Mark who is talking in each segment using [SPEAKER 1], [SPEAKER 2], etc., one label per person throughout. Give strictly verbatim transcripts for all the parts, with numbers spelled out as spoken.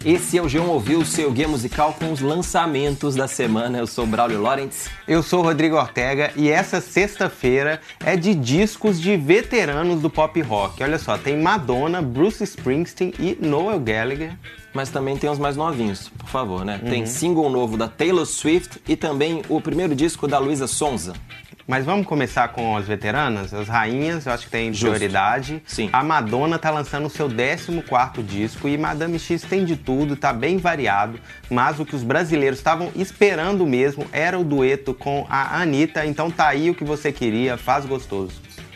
[SPEAKER 1] Esse é o G um Ouviu, o seu guia musical com os lançamentos da semana. Eu sou o Braulio Lorentz.
[SPEAKER 2] Eu sou o Rodrigo Ortega e essa sexta-feira é de discos de veteranos do pop rock. Olha só, tem Madonna, Bruce Springsteen e Noel Gallagher.
[SPEAKER 1] Mas também tem os mais novinhos, por favor, né? Uhum. Tem single novo da Taylor Swift e também o primeiro disco da Luísa Sonza.
[SPEAKER 2] Mas vamos começar com as veteranas, as rainhas, eu acho que tem prioridade.
[SPEAKER 1] Sim.
[SPEAKER 2] A Madonna tá lançando o seu décimo quarto disco e Madame X tem de tudo, tá bem variado, mas o que os brasileiros estavam esperando mesmo era o dueto com a Anitta, então tá aí o que você queria, faz gostoso.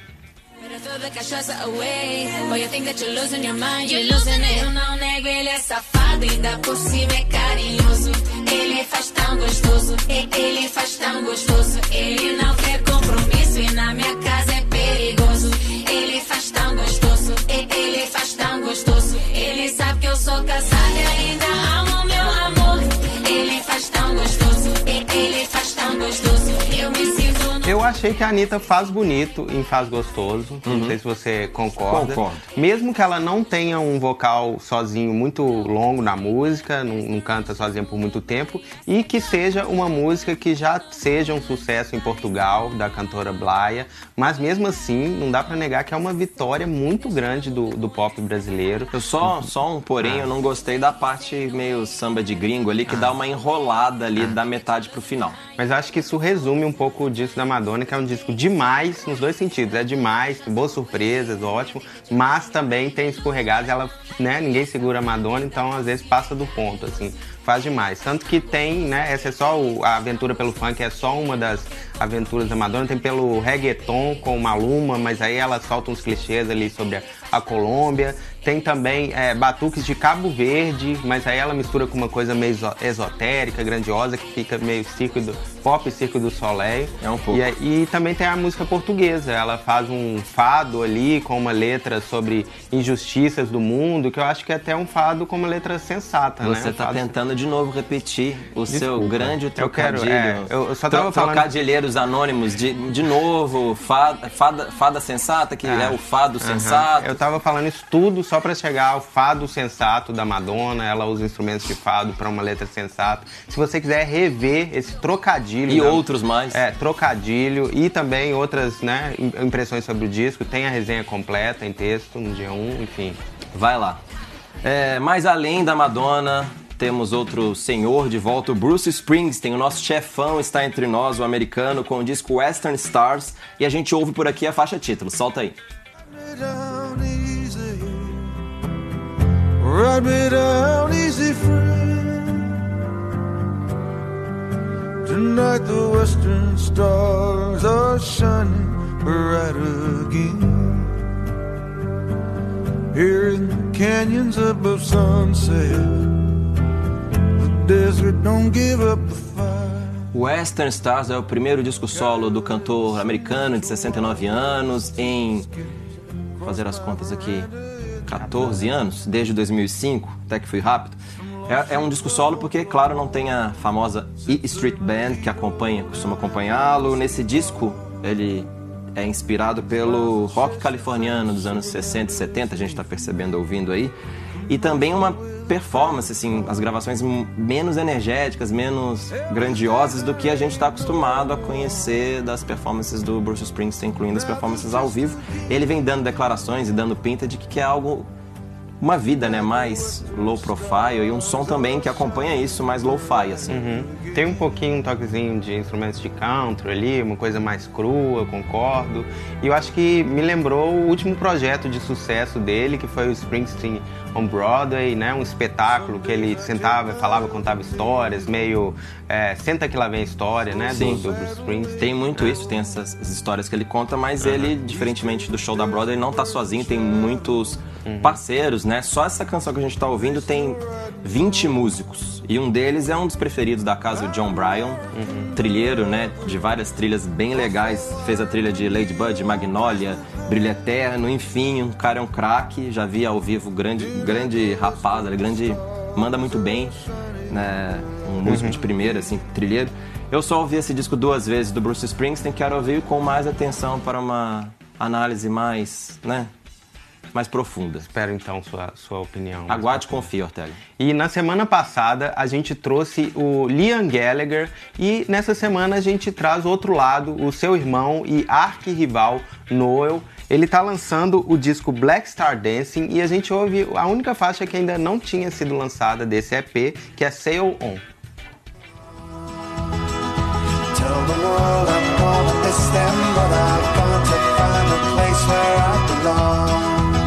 [SPEAKER 3] Toda cachaça away. Boy, you think that you're losing your mind, you're losing it. Eu não nego, ele é safado, ainda por cima é carinhoso. Ele faz tão gostoso, ele faz tão gostoso. Ele não quer compromisso e na minha casa é perigoso. Ele faz tão gostoso, ele faz tão gostoso. Ele sabe que eu sou casada e ainda amo meu amor. Ele faz tão gostoso, ele faz tão gostoso. Eu me sinto no...
[SPEAKER 2] Eu achei que a Anitta faz bonito em Faz Gostoso, uhum. Não sei se você concorda.
[SPEAKER 1] Concordo.
[SPEAKER 2] Mesmo que ela não tenha um vocal sozinho muito longo na música, não, não canta sozinha por muito tempo, e que seja uma música que já seja um sucesso em Portugal, da cantora Blaia, mas mesmo assim, não dá pra negar que é uma vitória muito grande do, do pop brasileiro.
[SPEAKER 1] Eu só, só um porém, ah. eu não gostei da parte meio samba de gringo ali, que ah. dá uma enrolada ali ah. da metade pro final.
[SPEAKER 2] Mas acho que isso resume um pouco o disco da Madonna, que é um disco demais, nos dois sentidos. É demais, boas surpresas, ótimo, mas também tem escorregadas, ela, né, ninguém segura a Madonna, então às vezes passa do ponto, assim, faz demais. Tanto que tem, né, essa é só o, a aventura pelo funk, é só uma das aventuras da Madonna, tem pelo reggaeton com Maluma, mas aí ela solta uns clichês ali sobre a, a Colômbia. Tem também é, batuques de Cabo Verde, mas aí ela mistura com uma coisa meio esotérica, grandiosa, que fica meio circo do, pop Circo du Soleil.
[SPEAKER 1] É um pouco.
[SPEAKER 2] E, e também tem a música portuguesa, ela faz um fado ali com uma letra sobre injustiças do mundo, que eu acho que é até um fado com uma letra sensata,
[SPEAKER 1] Você
[SPEAKER 2] né?
[SPEAKER 1] Você
[SPEAKER 2] um
[SPEAKER 1] tá
[SPEAKER 2] fado...
[SPEAKER 1] tentando de novo repetir o
[SPEAKER 2] Desculpa.
[SPEAKER 1] seu grande trocadilho.
[SPEAKER 2] Eu quero, é, eu só tava falando...
[SPEAKER 1] Trocadilheiros anônimos, de, de novo, fada, fada, fada sensata, que ah, é o fado uh-huh. sensato.
[SPEAKER 2] Eu tava falando isso tudo só pra chegar ao fado sensato da Madonna, ela usa instrumentos de fado pra uma letra sensata. Se você quiser rever esse trocadilho...
[SPEAKER 1] E
[SPEAKER 2] né,
[SPEAKER 1] outros mais.
[SPEAKER 2] É, trocadilho e também outras, né, impressões sobre o disco, tem a resenha completa em texto no G um, enfim.
[SPEAKER 1] Vai lá. É, mais além da Madonna... Temos outro senhor de volta, o Bruce Springsteen, o nosso chefão está entre nós, o americano, com o disco Western Stars, e a gente ouve por aqui a faixa título. Solta aí. Ride me down easy, friend. Tonight the western stars are shining bright again. Here in the canyons above sunset, Western Stars é o primeiro disco solo do cantor americano de sessenta e nove anos, em, vou fazer as contas aqui, catorze anos, desde dois mil e cinco, até que fui rápido. É, é um disco solo porque, claro, não tem a famosa E Street Band que acompanha, costuma acompanhá-lo. Nesse disco, ele é inspirado pelo rock californiano dos anos sessenta e setenta, a gente está percebendo, ouvindo aí, e também uma performance, assim, as gravações menos energéticas, menos grandiosas do que a gente está acostumado a conhecer das performances do Bruce Springsteen, incluindo as performances ao vivo. Ele vem dando declarações e dando pinta de que é algo, uma vida, né, mais low profile, e um som também que acompanha isso, mais lo-fi, assim.
[SPEAKER 2] Uhum. Tem um pouquinho, um toquezinho de instrumentos de country ali, uma coisa mais crua, concordo. E eu acho que me lembrou o último projeto de sucesso dele, que foi o Springsteen on Broadway, né? Um espetáculo que ele sentava, falava, contava histórias, meio é, senta que lá vem a história, né?
[SPEAKER 1] Sim.
[SPEAKER 2] Do, do Bruce Springsteen.
[SPEAKER 1] Tem muito isso, tem essas histórias que ele conta, mas uhum. ele, diferentemente do show da Broadway, não tá sozinho, tem muitos uhum. parceiros, né? Só essa canção que a gente tá ouvindo tem vinte músicos, e um deles é um dos preferidos da casa, o Jon Brion, uhum. trilheiro, né? De várias trilhas bem legais, fez a trilha de Lady Bird, Magnolia, Brilho Eterno, enfim, um cara é um craque, já vi ao vivo, grande, grande rapaz, ele grande, manda muito bem, né? Um músico uhum. de primeira, assim, trilheiro. Eu só ouvi esse disco duas vezes do Bruce Springsteen, quero ouvir com mais atenção para uma análise mais, né? mais profunda.
[SPEAKER 2] Espero então sua, sua opinião.
[SPEAKER 1] Aguarde e confie, Ortega.
[SPEAKER 2] E na semana passada a gente trouxe o Liam Gallagher e nessa semana a gente traz o outro lado, o seu irmão e arquirrival Noel. Ele tá lançando o disco Black Star Dancing e a gente ouve a única faixa que ainda não tinha sido lançada desse E P, que é Sail On.
[SPEAKER 4] Tell the world I'm gonna miss them, but I've got to find a place where I belong.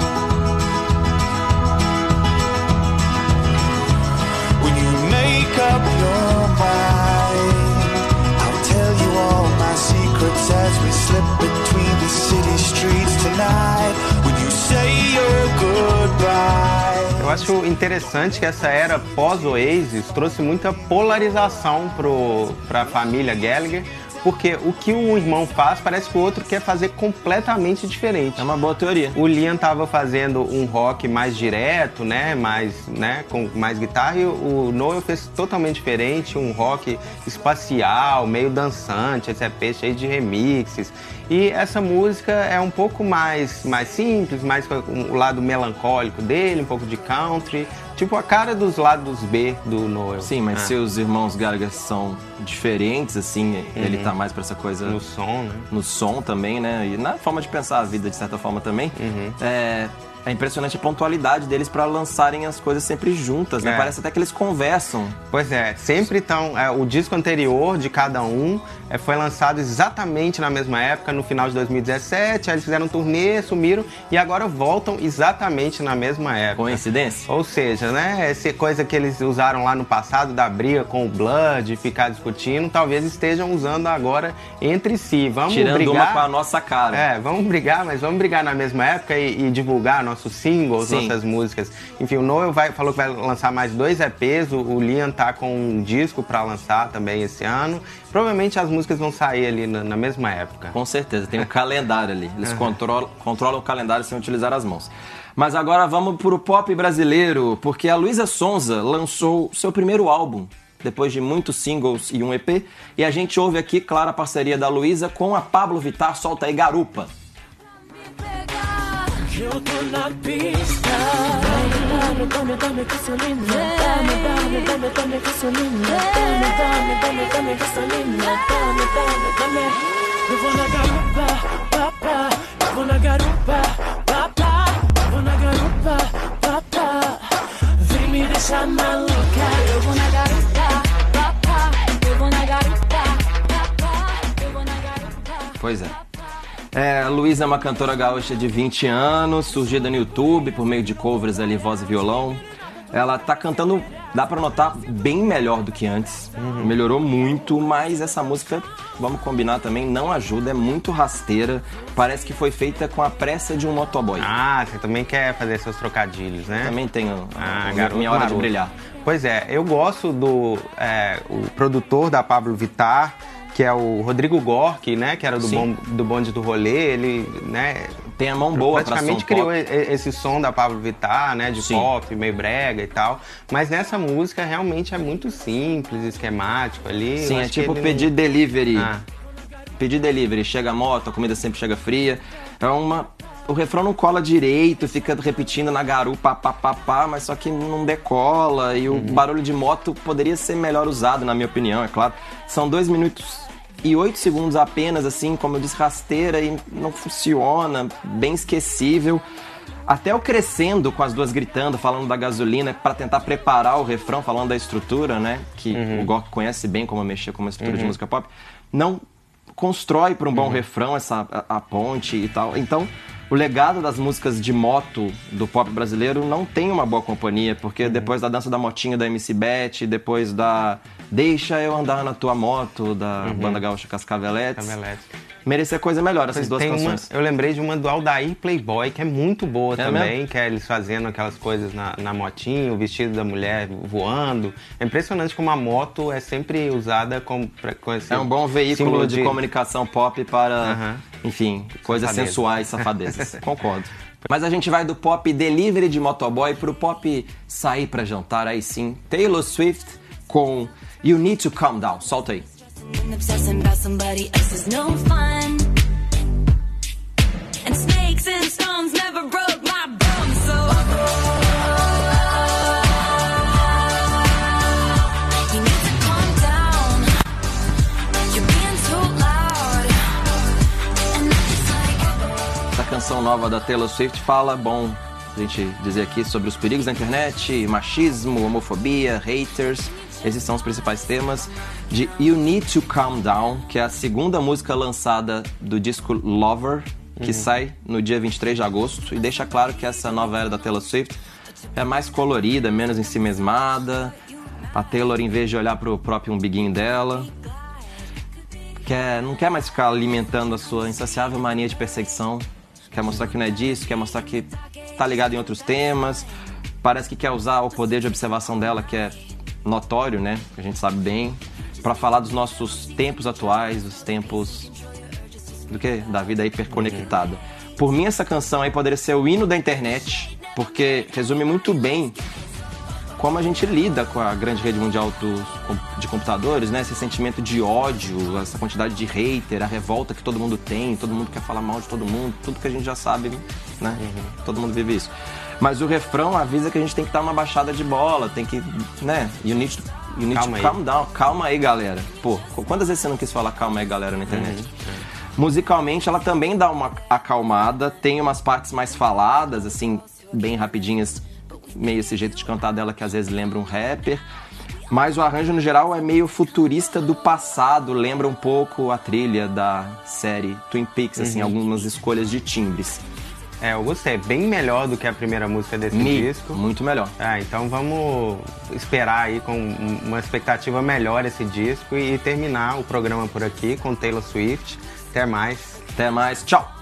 [SPEAKER 4] When you make up your mind, I'll tell you all my secrets as we slip between the city streets tonight. When you say your goodbye.
[SPEAKER 2] Eu acho interessante que essa era pós-Oasis trouxe muita polarização para a família Gallagher, porque o que um irmão faz parece que o outro quer fazer completamente diferente.
[SPEAKER 1] É uma boa teoria.
[SPEAKER 2] O Liam estava fazendo um rock mais direto, né, mais, né, com mais guitarra, e o Noel fez totalmente diferente, um rock espacial, meio dançante, esse E P cheio de remixes. E essa música é um pouco mais, mais simples, mais com o lado melancólico dele, um pouco de country, tipo a cara dos lados B do Noel.
[SPEAKER 1] Sim, mas
[SPEAKER 2] ah.
[SPEAKER 1] se os irmãos Gallagher são diferentes, assim, uhum. ele tá mais pra essa coisa...
[SPEAKER 2] No som, né?
[SPEAKER 1] No som também, né? E na forma de pensar a vida, de certa forma, também.
[SPEAKER 2] Uhum.
[SPEAKER 1] É... É impressionante a pontualidade deles pra lançarem as coisas sempre juntas, né?
[SPEAKER 2] É.
[SPEAKER 1] Parece até que eles conversam.
[SPEAKER 2] Pois é, sempre estão... É, o disco anterior de cada um é, foi lançado exatamente na mesma época, no final de dois mil e dezessete, aí eles fizeram um turnê, sumiram e agora voltam exatamente na mesma época.
[SPEAKER 1] Coincidência?
[SPEAKER 2] Ou seja, né, essa coisa que eles usaram lá no passado da briga com o Blood, ficar discutindo, talvez estejam usando agora entre si. Vamos
[SPEAKER 1] Tirando
[SPEAKER 2] brigar...
[SPEAKER 1] uma com a nossa cara.
[SPEAKER 2] É, vamos brigar, mas vamos brigar na mesma época e, e divulgar nossos singles,
[SPEAKER 1] Sim.
[SPEAKER 2] nossas músicas. Enfim, o Noel vai, falou que vai lançar mais dois E Ps, o, o Liam tá com um disco pra lançar também esse ano. Provavelmente as músicas vão sair ali na, na mesma época.
[SPEAKER 1] Com certeza, tem um calendário ali. Eles uhum. controlam, controlam o calendário sem utilizar as mãos. Mas agora vamos pro pop brasileiro, porque a Luísa Sonza lançou seu primeiro álbum, depois de muitos singles e um E P, e a gente ouve aqui, claro, a parceria da Luísa com a Pablo Vittar. Solta aí, Garupa.
[SPEAKER 5] Eu tô na pista. Dame, dame, dame que sou linda. Dame, dame, dame, dame que sou linda. Dame, dame, dame, dame que sou linda. Dame, dame, dame. Eu vou na garupa, papá. Eu vou na garupa, papá. Eu vou na garupa, papá. Vem me deixar maluca.
[SPEAKER 3] Eu vou na garupa, papá. Eu vou na garupa, papá. Eu vou na garupa.
[SPEAKER 1] Pois é. É, a Luísa é uma cantora gaúcha de vinte anos, surgida no YouTube por meio de covers ali, voz e violão. Ela tá cantando, dá pra notar, bem melhor do que antes. Uhum. Melhorou muito, mas essa música, vamos combinar também, não ajuda, é muito rasteira. Parece que foi feita com a pressa de um motoboy.
[SPEAKER 2] Ah, você também quer fazer seus trocadilhos, né?
[SPEAKER 1] Também tenho
[SPEAKER 2] ah,
[SPEAKER 1] a
[SPEAKER 2] garoto,
[SPEAKER 1] minha hora
[SPEAKER 2] garoto.
[SPEAKER 1] de brilhar.
[SPEAKER 2] Pois é, eu gosto do é, o produtor da Pablo Vittar, que é o Rodrigo Gork, né, que era do, bom, do Bonde do Rolê, ele, né,
[SPEAKER 1] tem a mão boa pra
[SPEAKER 2] praticamente
[SPEAKER 1] som
[SPEAKER 2] criou
[SPEAKER 1] pop.
[SPEAKER 2] Esse som da Pablo Vittar, né, de Sim. pop, meio brega e tal, mas nessa música realmente é muito simples, esquemático ali.
[SPEAKER 1] Sim, é tipo pedir não... delivery,
[SPEAKER 2] ah.
[SPEAKER 1] pedir delivery, chega a moto, a comida sempre chega fria, é uma... O refrão não cola direito, fica repetindo na garupa, pá, pá, pá, mas só que não decola. E o uhum. barulho de moto poderia ser melhor usado, na minha opinião, é claro. São dois minutos e oito segundos apenas, assim, como eu disse, rasteira e não funciona, bem esquecível. Até o Crescendo, com as duas gritando, falando da gasolina, para tentar preparar o refrão, falando da estrutura, né? Que uhum. o Gork conhece bem como mexer com uma estrutura uhum. de música pop. Não constrói para um bom uhum. refrão essa, a, a ponte e tal. Então... O legado das músicas de moto do pop brasileiro não tem uma boa companhia, porque uhum. depois da Dança da Motinha da M C Beth, depois da Deixa Eu Andar na Tua Moto, da uhum. banda gaúcha Cascaveletes, merecia coisa melhor essas duas
[SPEAKER 2] tem
[SPEAKER 1] canções.
[SPEAKER 2] Uma, eu lembrei de uma do Aldair Playboy, que é muito boa
[SPEAKER 1] é
[SPEAKER 2] também,
[SPEAKER 1] mesmo?
[SPEAKER 2] que é eles fazendo aquelas coisas na, na motinha, o vestido da mulher voando. É impressionante como a moto é sempre usada como... Com esse
[SPEAKER 1] é um bom veículo de...
[SPEAKER 2] de
[SPEAKER 1] comunicação pop para,
[SPEAKER 2] uhum.
[SPEAKER 1] enfim, coisas
[SPEAKER 2] Safadeza.
[SPEAKER 1] sensuais, safadezas. Concordo. Mas a gente vai do pop delivery de motoboy pro pop sair pra jantar, aí sim. Taylor Swift com You Need to Calm Down. Solta aí.
[SPEAKER 3] Obsessing about somebody else is no fun. And snakes and stones never broke my back.
[SPEAKER 1] nova da Taylor Swift fala, bom, a gente dizer aqui sobre os perigos da internet, machismo, homofobia, haters. Esses são os principais temas de You Need to Calm Down, que é a segunda música lançada do disco Lover, que uhum. sai no dia vinte e três de agosto, e deixa claro que essa nova era da Taylor Swift é mais colorida, menos ensimesmada. A Taylor, em vez de olhar pro próprio umbiguinho dela, quer, não quer mais ficar alimentando a sua insaciável mania de perseguição. Quer mostrar que não é disso, quer mostrar que tá ligado em outros temas. Parece que quer usar o poder de observação dela, que é notório, né? Que a gente sabe bem, para falar dos nossos tempos atuais, dos tempos do que? Da vida hiperconectada. Por mim, essa canção aí poderia ser o hino da internet, porque resume muito bem como a gente lida com a grande rede mundial dos, de computadores, né? Esse sentimento de ódio, essa quantidade de hater, a revolta que todo mundo tem, todo mundo quer falar mal de todo mundo, tudo que a gente já sabe, né? Uhum. Todo mundo vive isso. Mas o refrão avisa que a gente tem que dar uma baixada de bola, tem que, né? You need to, you need calma to calm down. Calma aí, galera. Pô, quantas vezes você não quis falar calma aí, galera, na internet? Uhum. Musicalmente, ela também dá uma acalmada, tem umas partes mais faladas, assim, bem rapidinhas, meio esse jeito de cantar dela que às vezes lembra um rapper, mas o arranjo no geral é meio futurista do passado, lembra um pouco a trilha da série Twin Peaks, assim, uhum. algumas escolhas de timbres.
[SPEAKER 2] É, eu gostei, bem melhor do que a primeira música desse
[SPEAKER 1] Me,
[SPEAKER 2] disco.
[SPEAKER 1] Muito melhor.
[SPEAKER 2] É, então vamos esperar aí com uma expectativa melhor esse disco e terminar o programa por aqui com Taylor Swift. Até mais.
[SPEAKER 1] Até mais, tchau!